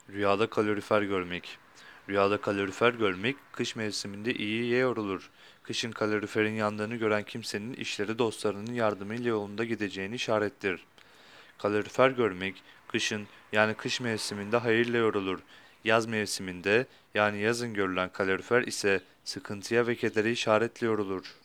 Rüyada kalorifer görmek. Rüyada kalorifer görmek, kış mevsiminde iyiye yorulur. Kışın kaloriferin yandığını gören kimsenin işleri dostlarının yardımıyla yolunda gideceğini işarettir. Kalorifer görmek, kışın yani kış mevsiminde hayırla yorulur. Yaz mevsiminde yani yazın görülen kalorifer ise sıkıntıya ve kedere işaretle yorulur.